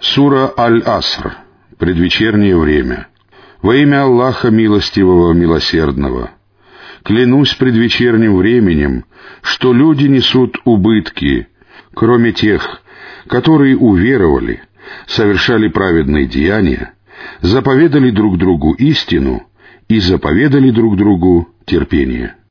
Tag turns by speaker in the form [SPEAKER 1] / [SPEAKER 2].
[SPEAKER 1] Сура Аль-Аср. Предвечернее время. Во имя Аллаха Милостивого, Милосердного. Клянусь предвечерним временем, что люди несут убытки, кроме тех, которые уверовали, совершали праведные деяния, заповедали друг другу истину и заповедали друг другу терпение.